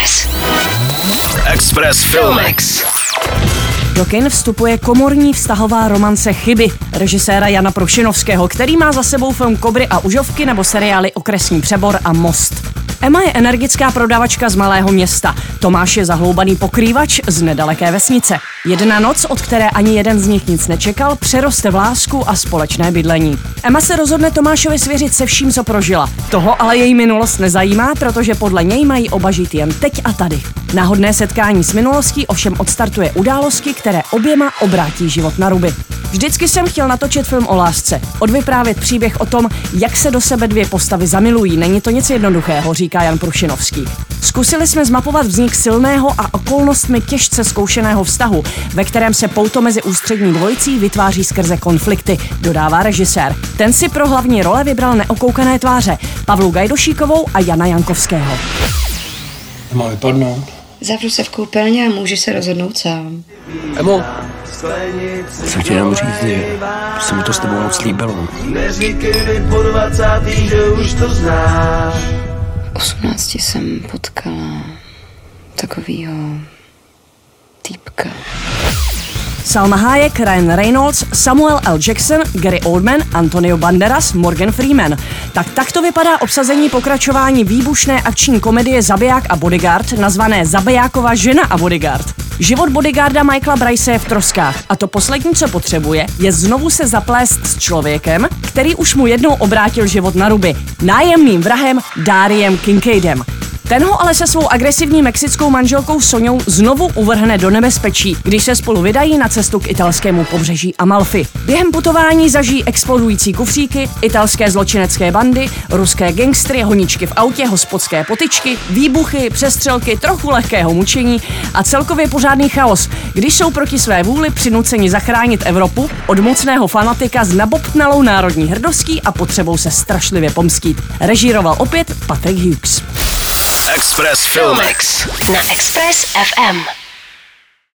Express Filmex. Do kin vstupuje komorní vztahová romance Chyby režiséra Jana Prušinovského, který má za sebou film Kobry a užovky nebo seriály Okresní přebor a Most. Emma je energická prodavačka z malého města. Tomáš je zahloubaný pokrývač z nedaleké vesnice. Jedna noc, od které ani jeden z nich nic nečekal, přeroste v lásku a společné bydlení. Emma se rozhodne Tomášovi svěřit se vším, co prožila. Toho ale její minulost nezajímá, protože podle něj mají oba žít jen teď a tady. Náhodné setkání s minulostí ovšem odstartuje události, které oběma obrátí život na ruby. Vždycky jsem chtěl natočit film o lásce. Odvyprávět příběh o tom, jak se do sebe dvě postavy zamilují. Není to nic jednoduchého, říká Jan Prušinovský. Zkusili jsme zmapovat vznik silného a okolnostmi těžce zkoušeného vztahu, ve kterém se pouto mezi ústřední dvojicí vytváří skrze konflikty, dodává režisér. Ten si pro hlavní role vybral neokoukané tváře Pavlu Gajdošíkovou a Jana Jankovského. Má vypadnout? Zavřu se v koupelně a můžeš se rozhodnout sám. Emo, chci ti jenom říct, že se mi to s tebou moc líbilo. Neříkej mi po 20. že už to znáš. 18 jsem potkala takovýho týpka. Salma Hayek, Ryan Reynolds, Samuel L. Jackson, Gary Oldman, Antonio Banderas, Morgan Freeman. Takto vypadá obsazení pokračování výbušné akční komedie Zabiják a bodyguard, nazvané Zabijákova žena a bodyguard. Život bodyguarda Michaela Bryce je v troskách a to poslední, co potřebuje, je znovu se zaplést s člověkem, který už mu jednou obrátil život na ruby, nájemným vrahem Dariem Kincaidem. Ten ho ale se svou agresivní mexickou manželkou Soňou znovu uvrhne do nebezpečí, když se spolu vydají na cestu k italskému pobřeží Amalfi. Během putování zažijí explodující kufříky, italské zločinecké bandy, ruské gangstry, honičky v autě, hospodské potyčky, výbuchy, přestřelky, trochu lehkého mučení a celkově pořádný chaos, když jsou proti své vůli přinuceni zachránit Evropu od mocného fanatika s nabobtnalou národní hrdostí a potřebou se strašlivě pomstít. Režíroval opět Patrick Hughes. Express Filmex na Express FM.